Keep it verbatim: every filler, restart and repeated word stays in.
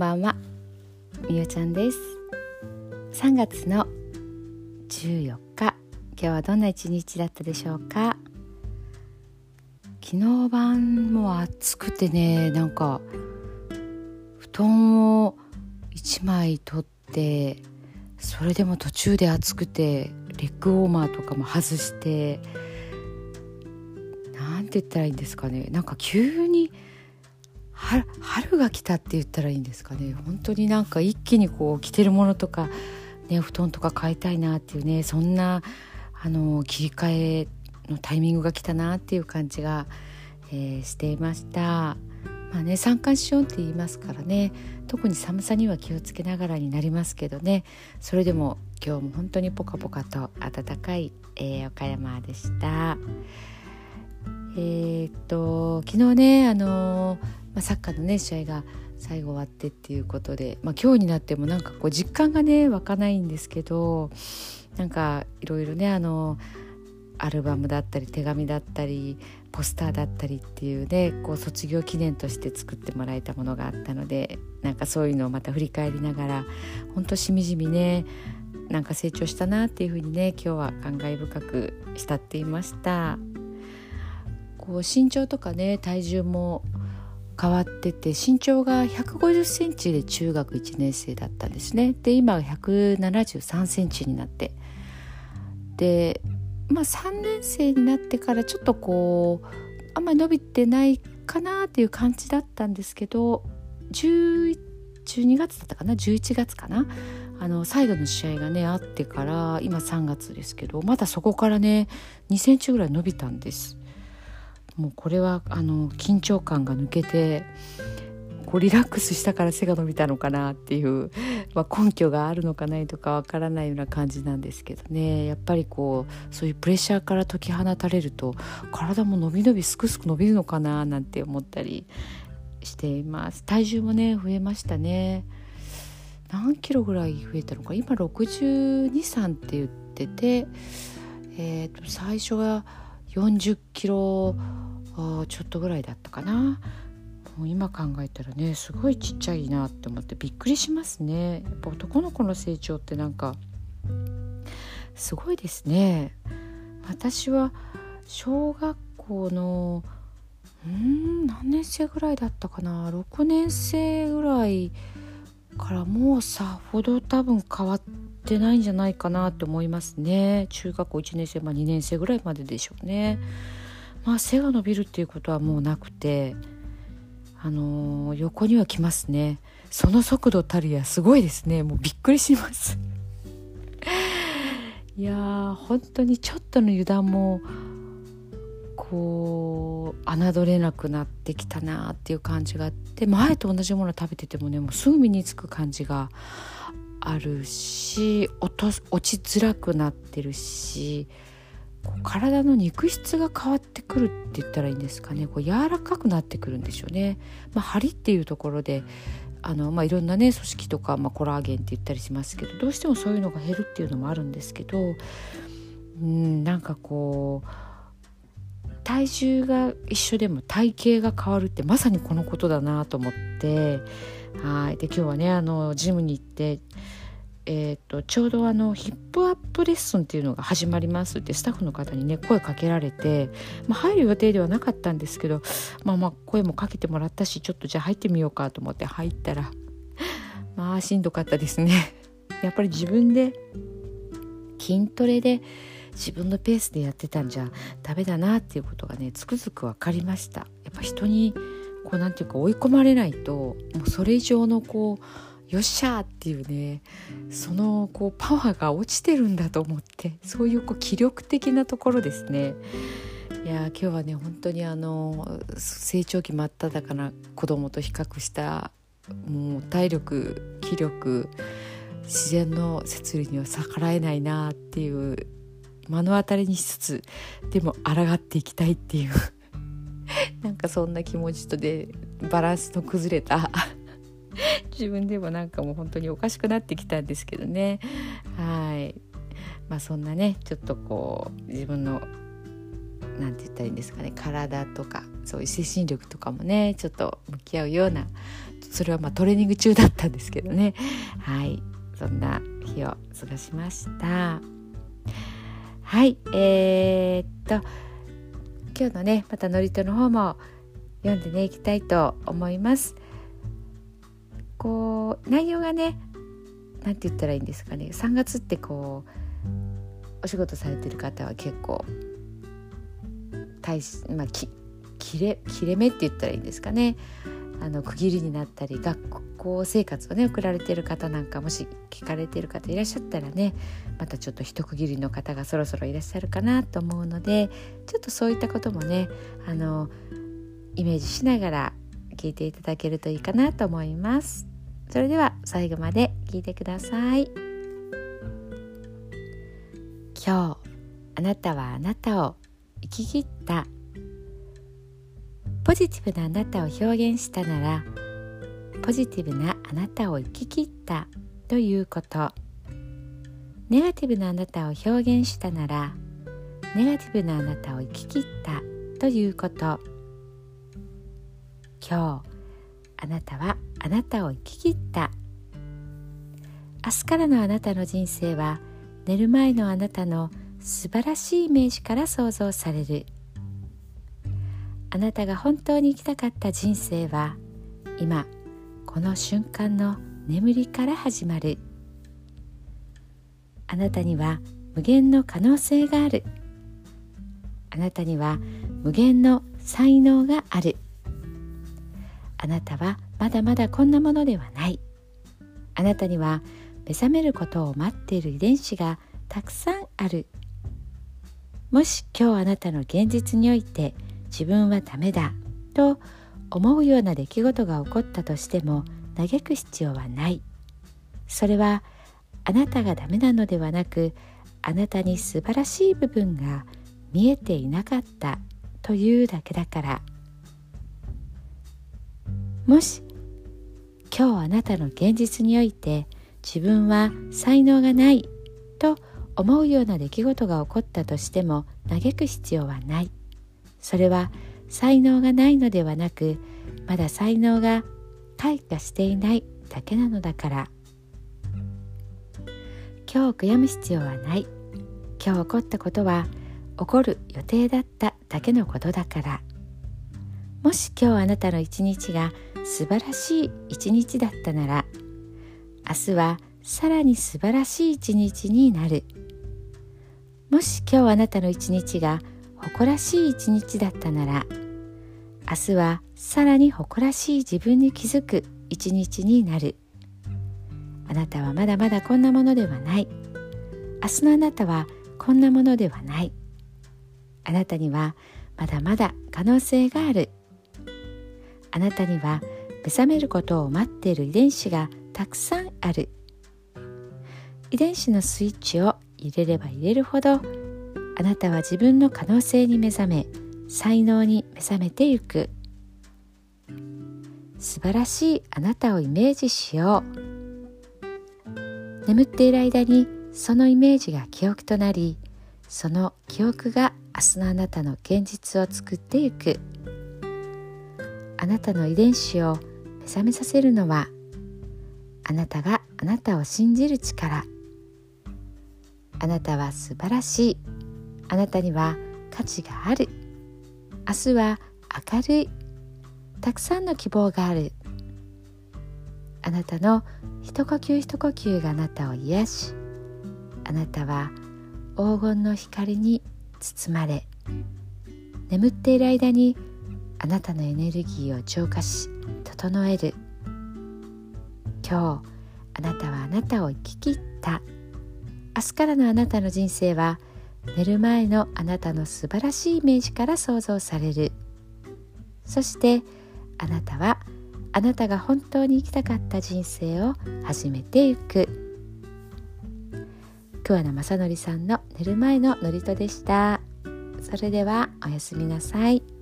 ばんは、みよちゃんです。さんがつのじゅうよっか、今日はどんな一日だったでしょうか。昨日晩も暑くてね、なんか布団をいちまい取って、それでも途中で暑くてレッグウォーマーとかも外して、なんて言ったらいいんですかね、なんか急に春, 春が来たって言ったらいいんですかね。本当になんか一気にこう着てるものとか、ね、布団とか買いたいなっていうね、そんなあの切り替えのタイミングが来たなっていう感じが、えー、していました。まあね、三寒四温って言いますからね、特に寒さには気をつけながらになりますけどね、それでも今日も本当にポカポカと暖かい、えー、岡山でした。えー、っと昨日ね、あのーまあ、サッカーのね試合が最後終わってっていうことで、まあ、今日になってもなんかこう実感がね湧かないんですけど、なんかいろいろね、あのアルバムだったり手紙だったりポスターだったりっていうね、こう卒業記念として作ってもらえたものがあったので、なんかそういうのをまた振り返りながら、本当しみじみね、なんか成長したなっていうふうにね、今日は感慨深く慕っていました。こう身長とかね体重も変わってて、身長がひゃくごじゅっセンチで中学いちねん生だったんですね。で今はひゃくななじゅうさんセンチになって、でまあさんねん生になってからちょっとこうあんまり伸びてないかなっていう感じだったんですけど、じゅうにがつだったかな、じゅういちがつかな、あの最後の試合がねあってから、今さんがつですけど、まだそこからねにセンチぐらい伸びたんです。もうこれはあの緊張感が抜けて、こうリラックスしたから背が伸びたのかなっていう、まあ、根拠があるのかないとかわからないような感じなんですけどね。やっぱりこうそういうプレッシャーから解き放たれると、体も伸び伸びすくすく伸びるのかななんて思ったりしています。体重もね増えましたね。何キロぐらい増えたのか、今ろくじゅうに、さんって言ってて、えーと最初はよんじゅっキロちょっとぐらいだったかな。もう今考えたらね、すごいちっちゃいなって思ってびっくりしますね。やっぱ男の子の成長ってなんかすごいですね。私は小学校のうーん何年生ぐらいだったかな、ろくねん生ぐらいからもうさほど多分変わってないんじゃないかなって思いますね。中学校いちねん生、まあ、にねん生ぐらいまででしょうね。まあ背が伸びるっていうことはもうなくて、あのー、横には来ますね。その速度たるやすごいですね。もうびっくりしますいやー本当にちょっとの油断もこう侮れなくなってきたなっていう感じがあって、前と同じもの食べててもね、もうすぐ身につく感じがあるし、落と落ちづらくなってるし、こう体の肉質が変わってくるって言ったらいいんですかね。こう柔らかくなってくるんでしょうね。まあ、張りっていうところであの、まあ、いろんなね組織とか、まあ、コラーゲンって言ったりしますけど、どうしてもそういうのが減るっていうのもあるんですけど、うんなんかこう体重が一緒でも体型が変わるってまさにこのことだなと思って、はいで今日はねあのジムに行って、えー、とちょうどあのヒップアップレッスンっていうのが始まりますってスタッフの方にね声かけられて、まあ、入る予定ではなかったんですけど、まあまあ声もかけてもらったし、ちょっとじゃあ入ってみようかと思って入ったらまあしんどかったですね。やっぱり自分で筋トレで自分のペースでやってたんじゃダメだなっていうことがねつくづく分かりました。やっぱ人にこうなんていうか追い込まれないと、もうそれ以上のこうよっしゃーっていうね、そのこうパワーが落ちてるんだと思って、そういうこう気力的なところですね。いや今日はね本当にあの成長期真っ只中な子供と比較したもう体力気力自然の摂理には逆らえないなっていう目の当たりにしつつ、でも抗っていきたいっていうなんかそんな気持ちとでバランスの崩れた自分でもなんかもう本当におかしくなってきたんですけどね。はい、まあそんなねちょっとこう自分のなんて言ったらいいんですかね、体とかそういう精神力とかもねちょっと向き合うようなそれはまあトレーニング中だったんですけどね。はい、そんな日を過ごしました。はい、えー、っと今日のねまた祝詞の方も読んでねいきたいと思います。こう内容がねなんて言ったらいいんですかね、さんがつってこうお仕事されてる方は結構大し、まあ、き切れ切れ目って言ったらいいんですかね、あの区切りになったり学校生活をね送られている方なんかもし聞かれている方いらっしゃったらね、またちょっと一区切りの方がそろそろいらっしゃるかなと思うので、ちょっとそういったこともねあのイメージしながら聞いていただけるといいかなと思います。それでは最後まで聞いてください。今日あなたはあなたを生き切った。ポジティブなあなたを表現したなら、ポジティブなあなたを生き切ったということ。ネガティブなあなたを表現したなら、ネガティブなあなたを生き切ったということ。今日あなたはあなたを生き切った。明日からのあなたの人生は寝る前のあなたの素晴らしいイメージから想像される。あなたが本当に生きたかった人生は今この瞬間の眠りから始まる。あなたには無限の可能性がある。あなたには無限の才能がある。あなたはまだまだこんなものではない。あなたには目覚めることを待っている遺伝子がたくさんある。もし今日あなたの現実において自分はダメだと思うような出来事が起こったとしても嘆く必要はない。それはあなたがダメなのではなく、あなたに素晴らしい部分が見えていなかったというだけだから。もし今日あなたの現実において自分は才能がないと思うような出来事が起こったとしても嘆く必要はない。それは才能がないのではなく、まだ才能が開花していないだけなのだから。今日悔やむ必要はない。今日起こったことは起こる予定だっただけのことだから。もし今日あなたの一日が素晴らしい一日だったなら、明日はさらに素晴らしい一日になる。もし今日あなたの一日が誇らしい一日だったなら、明日はさらに誇らしい自分に気づく一日になる。あなたはまだまだこんなものではない。明日のあなたはこんなものではない。あなたにはまだまだ可能性がある。あなたには目覚めることを待っている遺伝子がたくさんある。遺伝子のスイッチを入れれば入れるほど、あなたは自分の可能性に目覚め、才能に目覚めていく。素晴らしいあなたをイメージしよう。眠っている間にそのイメージが記憶となり、その記憶が明日のあなたの現実を作っていく。あなたの遺伝子を目覚めさせるのは、あなたがあなたを信じる力。あなたは素晴らしい。あなたには価値がある。明日は明るい。たくさんの希望がある。あなたの一呼吸一呼吸があなたを癒し、あなたは黄金の光に包まれ、眠っている間にあなたのエネルギーを浄化し整える。今日あなたはあなたを生き切った。明日からのあなたの人生は寝る前のあなたの素晴らしいイメージから想像される。そしてあなたはあなたが本当に生きたかった人生を始めていく。桑名正則さんの寝る前の祝詞でした。それではおやすみなさい。